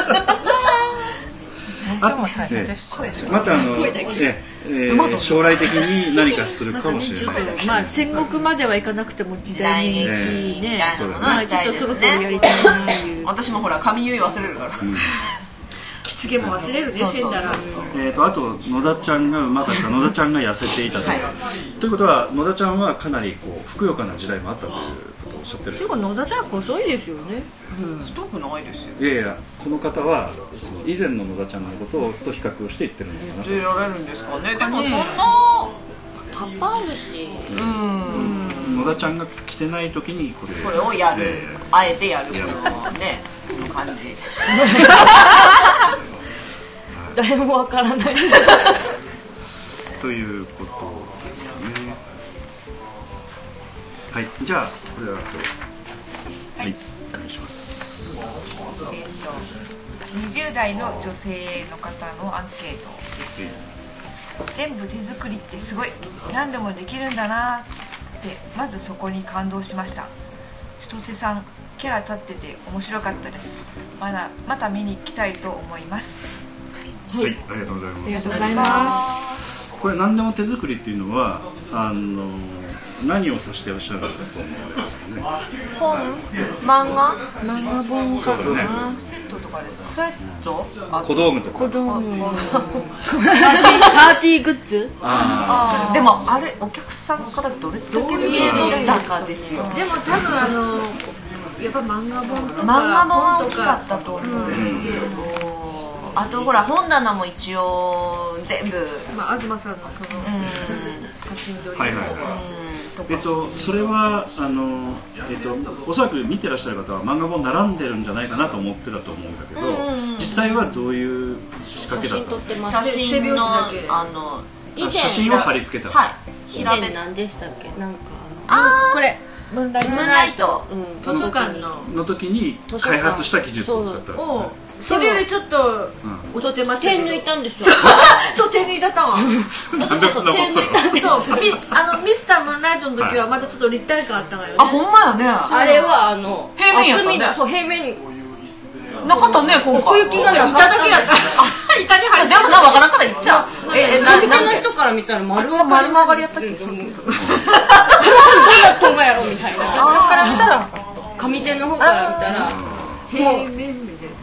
でも大変です。 またあの、ええー、将来的に何かするかもしれない。 まあ戦国まではいかなくても時代劇ね、 えー、まあちょっとそろそろやりたいないう。 私もほら髪結い忘れるから。うん着付けも忘れるね、せんだら。 えーとあと野田ちゃんがうまかった、野田ちゃんが痩せていたという、はい、ということは野田ちゃんはかなりこうふくよかな時代もあったということをおっしゃってる。 ていうか野田ちゃん細いですよね。 太くないですよ。 いやいや、この方はその以前の野田ちゃんのことと比較をして言ってるのかなと。 言ってられるんですかね。でもそんなタッパーあるし、 うん、 野田ちゃんが着てない時にこれこれをやる、えー、あえてやるこのねこの感じ誰もわからないということですよね。はい、じゃあこれははい、お願いします。 えー、とにじゅう代の女性の方のアンケートです。全部手作りってすごい、何でもできるんだなってまずそこに感動しました。千歳さんキャラ立ってて面白かったです。まだまた見に行きたいと思います。 はい、はい、ありがとうございます。 ありがとうございます。 これ何でも手作りっていうのはあの何を指していらっしゃると思うんですかね。 本、漫画、 漫画本そうだね。 セットとかですか。セット？ 小道具とか。 小道具。パーティーグッズ？ ああ。でもあれお客さんからどれだけ見えるだかですよ。 でも多分あのやっぱ漫画本とか漫画本は大きかったと思うんですけど。あとほら本棚も一応全部、 まあ、東さんのその、うん、写真撮りの、 はいはいはい、えっと、それはあの、えっと、おそらく見てらっしゃる方は漫画本並んでるんじゃないかなと思ってたと思うんだけど、うんうん、実際はどういう仕掛けだったんですか。 写真のあの以前写真を貼り付けた。 はい。 以前何でしたっけ、なんかあこれムーンライト、 ムーンライト、 うん、 図書館のの時に開発した技術を使った。 それよりちょっと落ちてましたけど、 手抜いたんですよ。 そう、手抜いたったわ。 なんでそんなことなの？そう、あのミスタームーンライトの時はまだちょっと立体感あったのよね。 あ、ほんまやね。 あれはあの平面やったね。 そう、平面なかったね、今回。 奥行きが板だけやった。 あ、板に入って。でもな、わからんから言っちゃう。 え、組手の人から見たら丸分かり丸曲がりやったっけ？ どうなっとんがやろみたいな。 だから見たら上手の方から見たら平面みたいな。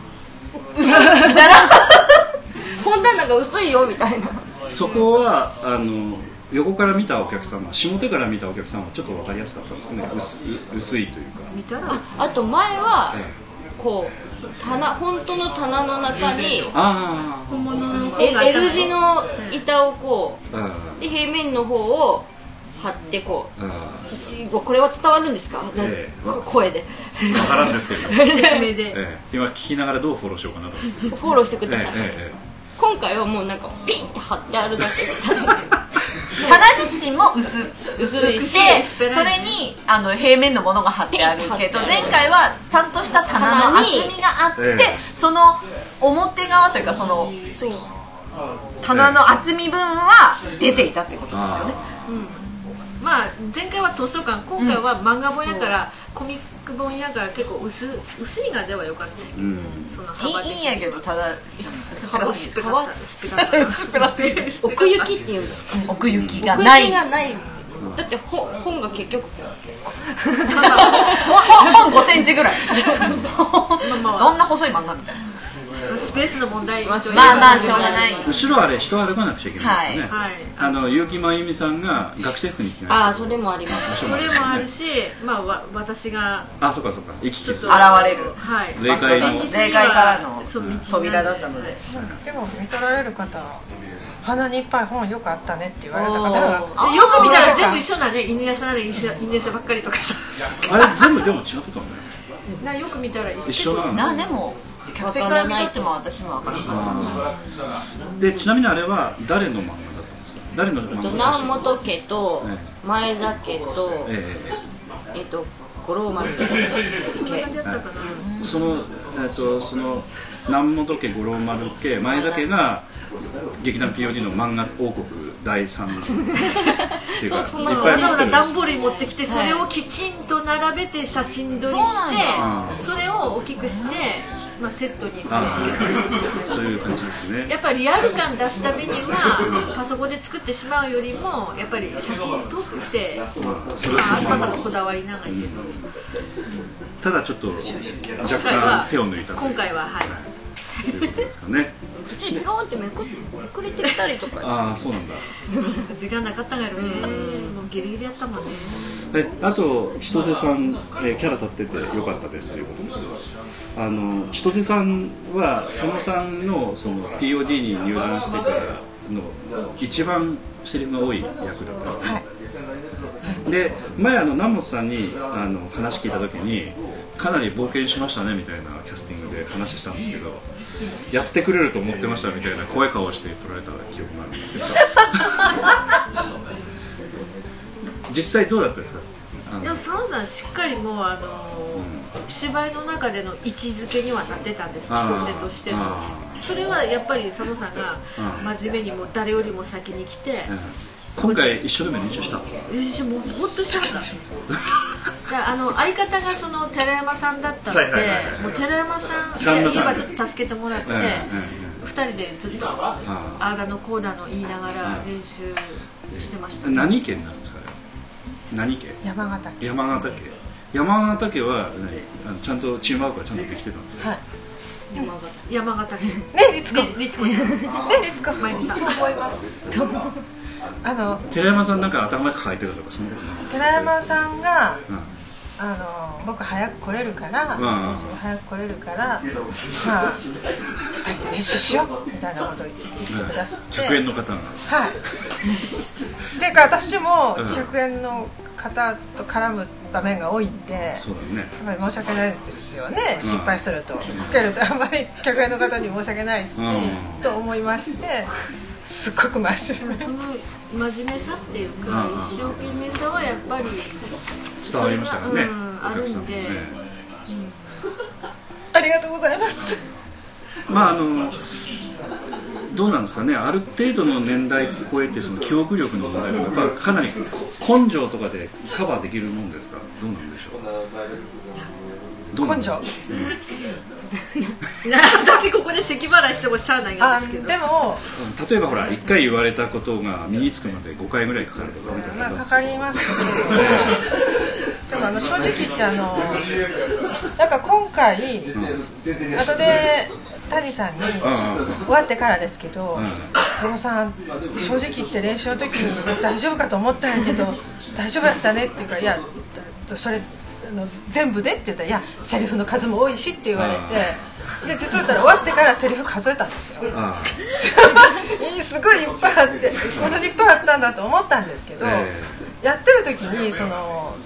本棚が薄いよみたいな。 そこはあの横から見たお客様、下手から見たお客様はちょっと分かりやすかったんですかね。薄い、薄いというか。 見たらあ, あと前は、ええ、こう棚、本当の棚の中にあ本物の L 字の板をこうで平面の方を貼ってこう、これは伝わるんですか、えー、声で分からんですけど説明で、 えー、今聞きながらどうフォローしようかなとフォローしてください、 えーえ今回はもうなんかピンって貼ってあるだけみたいな棚自身も薄薄く薄て、それにあの平面のものが貼ってあるけど、前回はちゃんとした棚の厚みがあって、その表側というかその棚の厚み分は出ていたってことですよね。 まあ前回は図書館、今回は漫画本やから、コミック本やから結構薄薄いがではよかったけど、その幅でいいんやけど、ただ薄っぺらすぎる。 薄っぺらすぎる奥行きっていう奥行きがない。 がないだって本本が結局本ごセンチぐらいどんな細い漫画みたいな。 スペースの問題、 まあまあしょうがない。 後ろあれ人歩かなくちゃいけないですよね、 はい、 あの結城真由美さんが学生服に着替えて、 ああそれもありますそれもあるし、まあわ私があそうかそうか行き来する現れる、 はい、 霊界の霊界からのそう道扉だったので、 でも見取られる方は鼻にいっぱい本よくあったねって言われた方がよく見たら全部一緒なね、犬屋さんなら犬屋さんばっかりとかさあれ全部でも違ってたもんねな、よく見たら一緒なのな。でも客席から見とっても私も分からなかったで、ちなみにあれは誰の漫画だったんですか。誰の漫画南本家と前田家とええっと五郎丸家そんな感じだったかな、 そのえっとその南本家、五郎丸家、前田家が劇団 ピーオーディー の漫画王国第三っていうか、 そんなのいっぱいわざわざ持ってる段ボールに持ってきて、それをきちんと並べて写真撮りして、それを大きくして、まあ、セットに貼り付けてる。 そういう感じですね。 やっぱりリアル感出すためにはパソコンで作ってしまうよりもやっぱり写真撮って、まあ、東さんのこだわり長いけど、 ただちょっと若干手を抜いた今回ははいということですかね。 途中でピローンってめくめくれてきたりとかああそうなんだ。 時間なかったからね、もうギリギリやったもんね。 えあと千歳さん、えー、キャラ立っててよかったですということですが、あの千歳さんは佐野さんのその ピーオーディー に入団してからの一番セリフが多い役だったんですかね、はい、で前あの南本さんにあの話聞いた時にかなり冒険しましたねみたいなキャスティングで話したんですけど、やってくれると思ってましたみたいな怖い顔をして撮られた記憶があるんですけど実際どうだったですか。 でも佐野さんしっかりもうあのーうん、芝居の中での位置づけにはなってたんです、千歳としての。それはやっぱり佐野さんが真面目にもう誰よりも先に来て、 今回一生懸命練習した練習もう本当しちゃったじゃあ、あの相方がその寺山さんだったので、もう寺山さんに今ちょっと助けてもらって、ふたりでずっとああだのこうだの言いながら練習してました、ね、 何県なんですかね。何家？ 山形家。 山形家。山形家は何？あのちゃんとチームワークはちゃんとできてたんですか。はい。 山形家。 ね律子。 律子ちゃん。ね律子。 まゆみさん。 と思います。 あの寺山さんなんか頭抱えてたとかそんなことない。 寺山さんが、うん、あの僕早く来れるから、うん、練習早く来れるから、まあふたりで練習しようみたいなことを言ってくださって。 ひゃくえんの方が。 はい。っていうか私もひゃくえんの方と絡む場面が多いんで、 そうだね、 やっぱり申し訳ないですよね、失敗すると、こけるとあんまりひゃくえんの方に申し訳ないし、うん、と思いまして、すっごく真面目。 その真面目さっていうか、うん、一生懸命さはやっぱり伝わりましたよね、 うん、あるんで、ね、 うん、ありがとうございます。 まああのどうなんですかね、ある程度の年代超えてその記憶力の問題がやっぱかなり根性とかでカバーできるもんですか、どうなんでしょう。どう根性、うん、 私ここで咳払いしてもしゃあないんですけど、 でも例えばほらいっかい言われたことが身につくまでごかいぐらいかかるとかみたいな、 まあ、かかりますけどでもあの正直言ってあのなんか今回、うん、後で谷さんに終わってからですけど、佐野さん正直言って練習の時に大丈夫かと思ったんやけど大丈夫だったねっていうか、いやそれあの全部でって言ったら、いやセリフの数も多いしって言われて、で実は言ったら終わってからセリフ数えたんですよすごいいっぱいあってこんなにいっぱいあったんだと思ったんですけど、えー、やってる時にその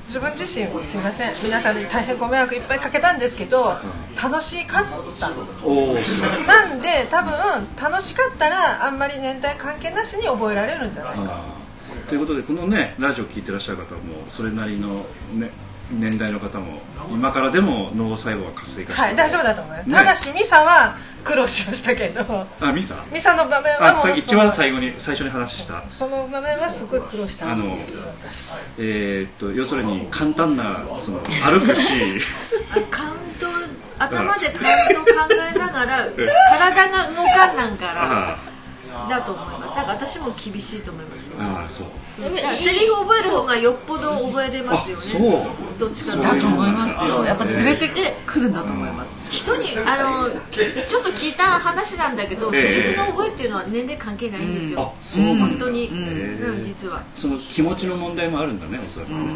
自分自身もすいません皆さんに大変ご迷惑いっぱいかけたんですけど楽しかったんですなんで多分楽しかったらあんまり年代関係なしに覚えられるんじゃないかということでこのねラジオ聞いてらっしゃる方もそれなりのね年代の方も今からでも脳細胞は活性化して、 はい、大丈夫だと思います、ね、ただしミサは苦労しましたけどあミサミサの場面はもう一番最後に最初に話したその場面はすごい苦労したんですけど私えー、っと要するに簡単なその歩くしカウント頭でカウントを考えながら体が動かんなんからだと思います。だから私も厳しいと思いますよ。 ああそう。 セリフを覚える方がよっぽど覚えれますよね。 そう。 どっちかだと思いますよ。やっぱ連れてくるんだと思います。 人にあのちょっと聞いた話なんだけど、えー、セリフの覚えっていうのは年齢関係ないんですよ。 うん、あそう本当に、うんうん、 実は。 その気持ちの問題もあるんだね、おそらくね。うん、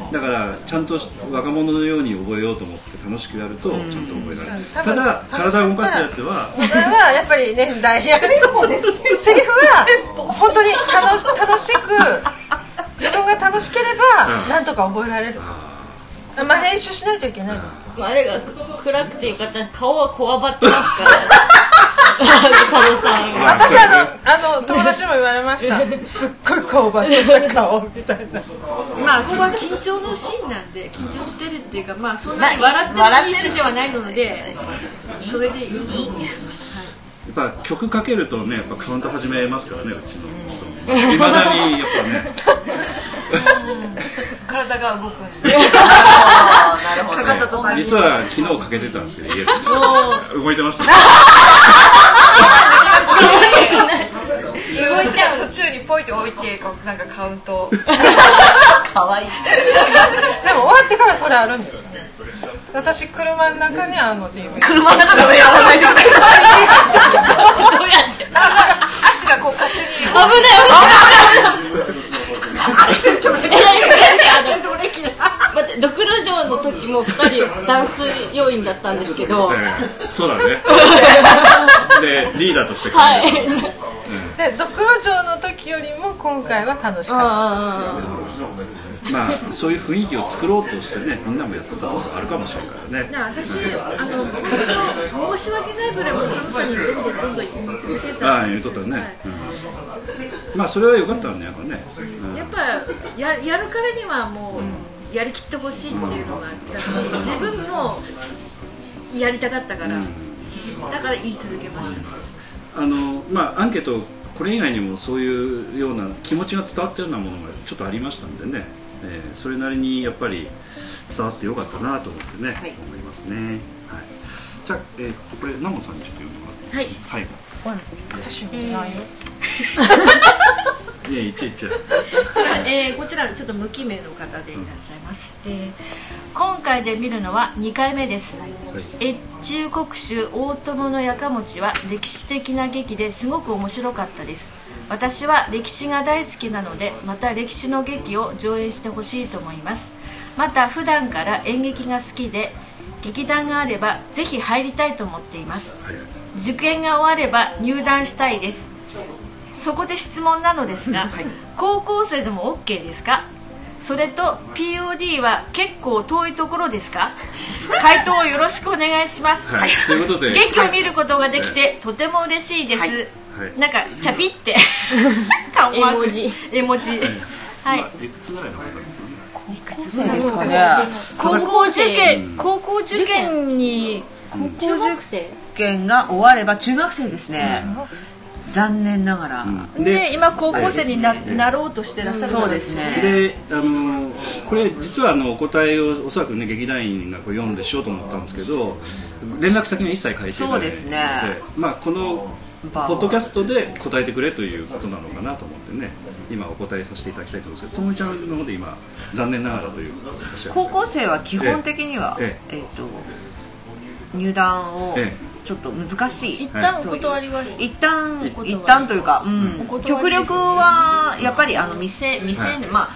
だからちゃんと若者のように覚えようと思って楽しくやるとちゃんと覚えられる。うん、ただ体を動かすやつは。 これはやっぱり年代やる方です。セリフは本当に楽し楽しく自分が楽しければなんとか覚えられる。まあ練習しないといけないです。 あれが暗くていう方顔はこわばってますから佐野さん私あのあの友達も言われましたすっごいこわばってた顔みたいなまあここは緊張のシーンなんで緊張してるっていうかまあそんなに笑ってもいいシーンではないのでそれでいいと思います。 やっぱ曲かけるとねやっぱカウント始めますからねうちの人もいまだにやっぱね体が動くんでなるほどね実は昨日かけてたんですけど家で動いてましたね動いて途中にポイって置いてなんかカウントかわいいでも終わってからそれあるんですよね私車の中にあの ディーブイディー車の中でやらないでくださいどうやって足がこう勝手に危ないアクセル止めて待ってドクロ城の時もふたりダンス要員だったんですけど、 えー、そうだねでリーダーとしてはい、 うん、 でドクロ城の時よりも今回は楽しかったまあそういう雰囲気を作ろうとしてねみんなもやってたことがあるかもしれないからね。 私あの本当申し訳ないぐらいも寒さにどんどんどんどん言い続けたああ言うとったね、はい、うん、まあそれは良かったんねやっぱね、 うん、やっぱ や, やるからにはもうやりきってほしいっていうのがあったし自分もやりたかったから、うん、だから言い続けました。 あのまあアンケートこれ以外にもそういうような気持ちが伝わったようなものがちょっとありましたんでね、えー、それなりにやっぱり伝わってよかったなと思ってね、はい、思いますね、はい、じゃあ、えー、これナモさんにちょっと読んでもらって、はい、最後私もいないよいやいっちゃいっちゃえー、こちらちょっと無記名の方でいらっしゃいます、うん、えー、今回で見るのはにかいめです、はい、越中国主大友のやかもちは歴史的な劇ですごく面白かったです。私は歴史が大好きなのでまた歴史の劇を上演してほしいと思います。また普段から演劇が好きで劇団があればぜひ入りたいと思っています。受験が終われば入団したいです。そこで質問なのですが、はい、高校生でも OK ですか？それと ピーオーディー は結構遠いところですか？回答をよろしくお願いします。 はい、ということで劇を見ることができてとても嬉しいです。はいはい、なんかチャピって絵文字絵文字、 はい、いくつぐらいの方ですかね。 いくつぐらいですかね。高校受験高校受験に高校受験が終われば中学生ですね。残念ながら、 うん、で今高校生に な,、はい、なろうとしてらっしゃるそうですね。 であのこれ実はあのお答えをおそらくね劇団員がこう読んでしようと思ったんですけど連絡先が一切書いてないそうですね。 まあこのポッドキャストで答えてくれということなのかなと思ってね今お答えさせていただきたいと思うんですけどともみちゃんの方で今残念ながらという高校生は基本的には、えええー、と入団を、ええちょっと難しい。 一旦お断りは一旦一旦というか、うん、極力はやっぱりあの未成未成年、うん、まあ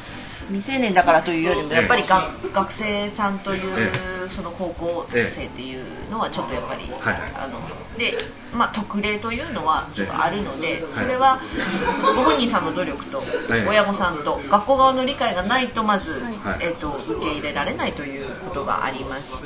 未成年だからというよりもやっぱりが、ええ、学生さんという、ええ、その高校生っていうのはちょっとやっぱり、ええ、あので、まあ、特例というのはちょっとあるので、ええ、それはご本人さんの努力と親御さんと学校側の理解がないとまず、はい、えー、と受け入れられないということがありまして、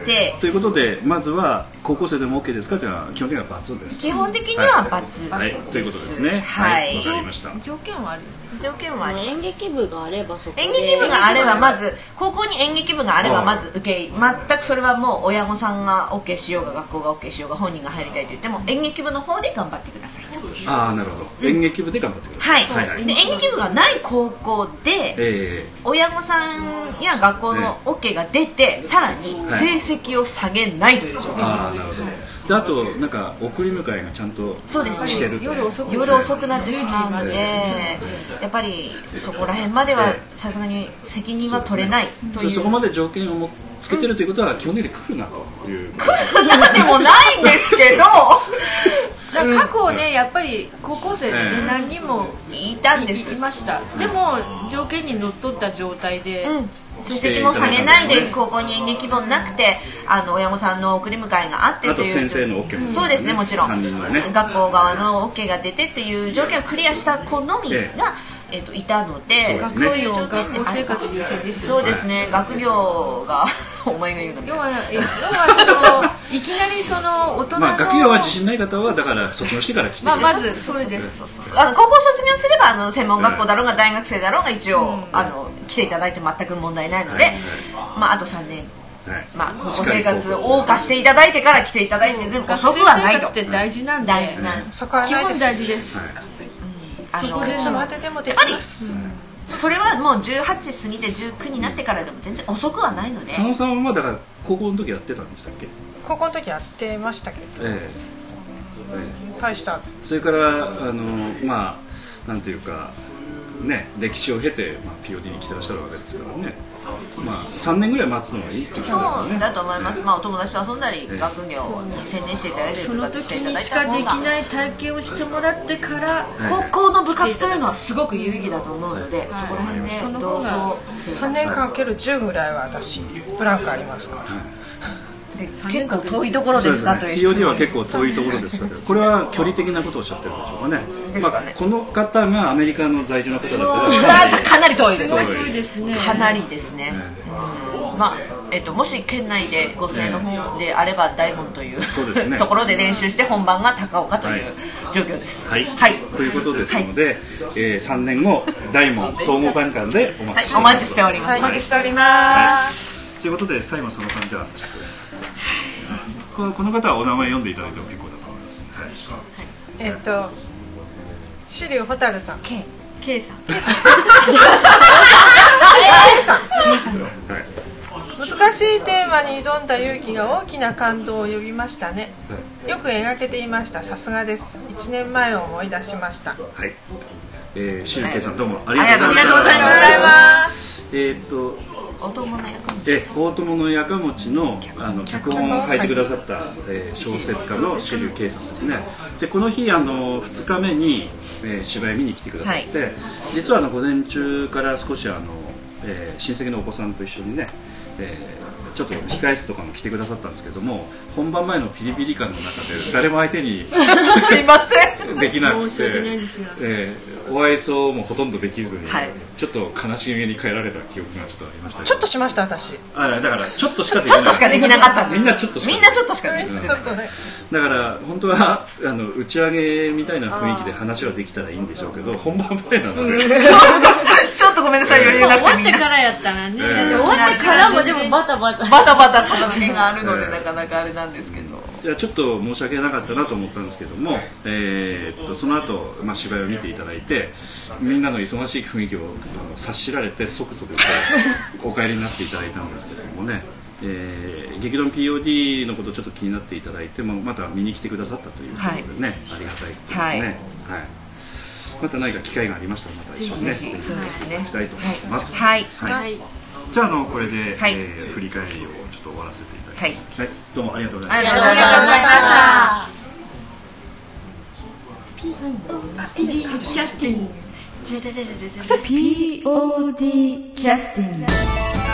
はい、 ということでまずは高校生でも OK ですかというのは基本的には×です。 基本的には×です、 はいはい、ということですね。 はい、 わかりました。 条件はあるよね。 条件はあります。 演劇部があればそこで演劇部があればまず高校に演劇部があればまず受け全くそれはもう親御さんが OK しようが学校が OK しようが本人が入りたいと言っても演劇部の方で頑張ってくださいと。 ああ、なるほど。演劇部で頑張ってください。 はい、はいはい、で演劇部がない高校で、えー、親御さんや学校の OK が出て、えー、さらに成績を下げないという状況です。 ああ、なるほど。であとなんか送り迎えがちゃんとしてるって、 夜遅く夜遅くなってしまうので、やっぱりそこら辺まではさすがに責任は取れないという。 そこまで条件をもつけてるということは基本的に来るなという。 来るなでもないんですけど。 過去ね、やっぱり高校生で、ね、何人もいたんです。 いました。でも条件にのっとった状態で、うん、 成績も下げないで高校に演劇部なくて、あの親御さんの送り迎えがあってという、あと先生の OK も、ね、 そうですね、もちろん、 ね、 学校側の OK が出てっていう条件をクリアした子のみが、えええー、といたので、 そういう学校生活優先ですよね。そうですね、学業がお前が言うの要は、要はそのいきなりその大人の、 まあ、学業は自信ない方はだから卒業してから来てください。 まあ、まずそれです。あの高校卒業すればあの専門学校だろうが大学生だろうが一応、うん、あの来ていただいて全く問題ないので、はいはい、まあ、あとさんねん、はい、まあ、高校生活を謳歌していただいてから来ていただいて、でも遅くはないと。 学生生活って大事なんで、 大事なん、 そこは基本大事です。はい、 あのいつまででもできます。 それはもうじゅうはち過ぎてじゅうきゅうになってからでも全然遅くはないので。 佐野さんはだから高校の時やってたんでしたっけ？ 高校の時やってましたけど、えーえー、大した。 それからあのまあなんていうかね、歴史を経て、まあ、ピーオーディー に来てらっしゃるわけですからね、まあ、さんねんぐらい待つのがいいっていう感じですよね。 そうだと思います、まあ、お友達と遊んだり、えー、学業に専念していただいてその時にしかできない体験をしてもらってから、 えー、高校の部活というのはすごく有意義だと思うので、はい、そこら辺でどうぞ。 さんねんかんけるじゅうぐらいは私ブランクありますから、はい、 で結構遠いところですかという。 ピーオーディー は結構遠いところですかこれは距離的なことをおっしゃってるんでしょうかね。まあ、この方がアメリカの在住の方だったらかなり遠いです。 すごい遠いですね。 かなりですね、うん、まあえっと、もし県内でご声の方であれば大門という、ね、ところで練習して本番が高岡という状況です。 はい、はい、ということですので、はい、えー、さんねんご大門総合番館でお待ちしております。 はい、お待ちしております、はい、 お待ちしております、 はい、ということで最後佐野さんじゃあこの、この方はお名前読んでいただいても結構だと思います、はい、 えっと桐生蛍さん、 K, K さん K さんはい、難しいテーマに挑んだ勇気が大きな感動を呼びましたね、はい、よく描けていました。さすがです。いちねんまえを思い出しました。 はい、えー、桐生さんどうもありがとうございました。 えー、っと大友のやかもち、 え大友のやかもちのあの脚本を書いてくださった、えー、小説家の桐生圭さんですね。でこの日あのふつかめに、えー、芝居見に来てくださって、はい、実はあの午前中から少しあの、えー、親戚のお子さんと一緒にね、えー、ちょっと控え室とかも来てくださったんですけども、本番前のピリピリ感の中で誰も相手にすいませんできなくて、 申し訳ないですが、 えー、お愛想もほとんどできずに、 はい、 ちょっと悲しげに帰られた記憶がちょっとありました。 ちょっとしました私。 あだからちょっとしかできなちょっとしかできなかったんです。 みんなちょっとしかみんなちょっとしかできなかった。 ちょっとね。 だから本当はあの打ち上げみたいな雰囲気で話はできたらいいんでしょうけど、本番前なので、うん、ちょっとちょっとごめんなさい、余裕なくてみんな。 終わってからやったらね。 終わってからもでもバタバタバタバタ片付けがあるのでなかなかあれなんですけど。 じゃあちょっと申し訳なかったなと思ったんですけども、えー、っとその後、まあ芝居を見ていただいて、みんなの忙しい雰囲気をあの察しられて即即お帰りになっていただいたんですけどもね、えー、劇団 ピーオーディー のことちょっと気になっていただいてもまた見に来てくださったということでね、はい、ありがたいことですね。はい、はい、また何か機会がありましたらまた一緒にねぜひぜひさせていただきたいと思います。 はい、 はいはい、じゃあ、あのこれで、はい、えー、振り返りをちょっと終わらせていただきます。はい、はい、どうもありがとうございました。 ありがとうございました。 ピーキャスティングゼレレレレレレピーオーディー キャスティング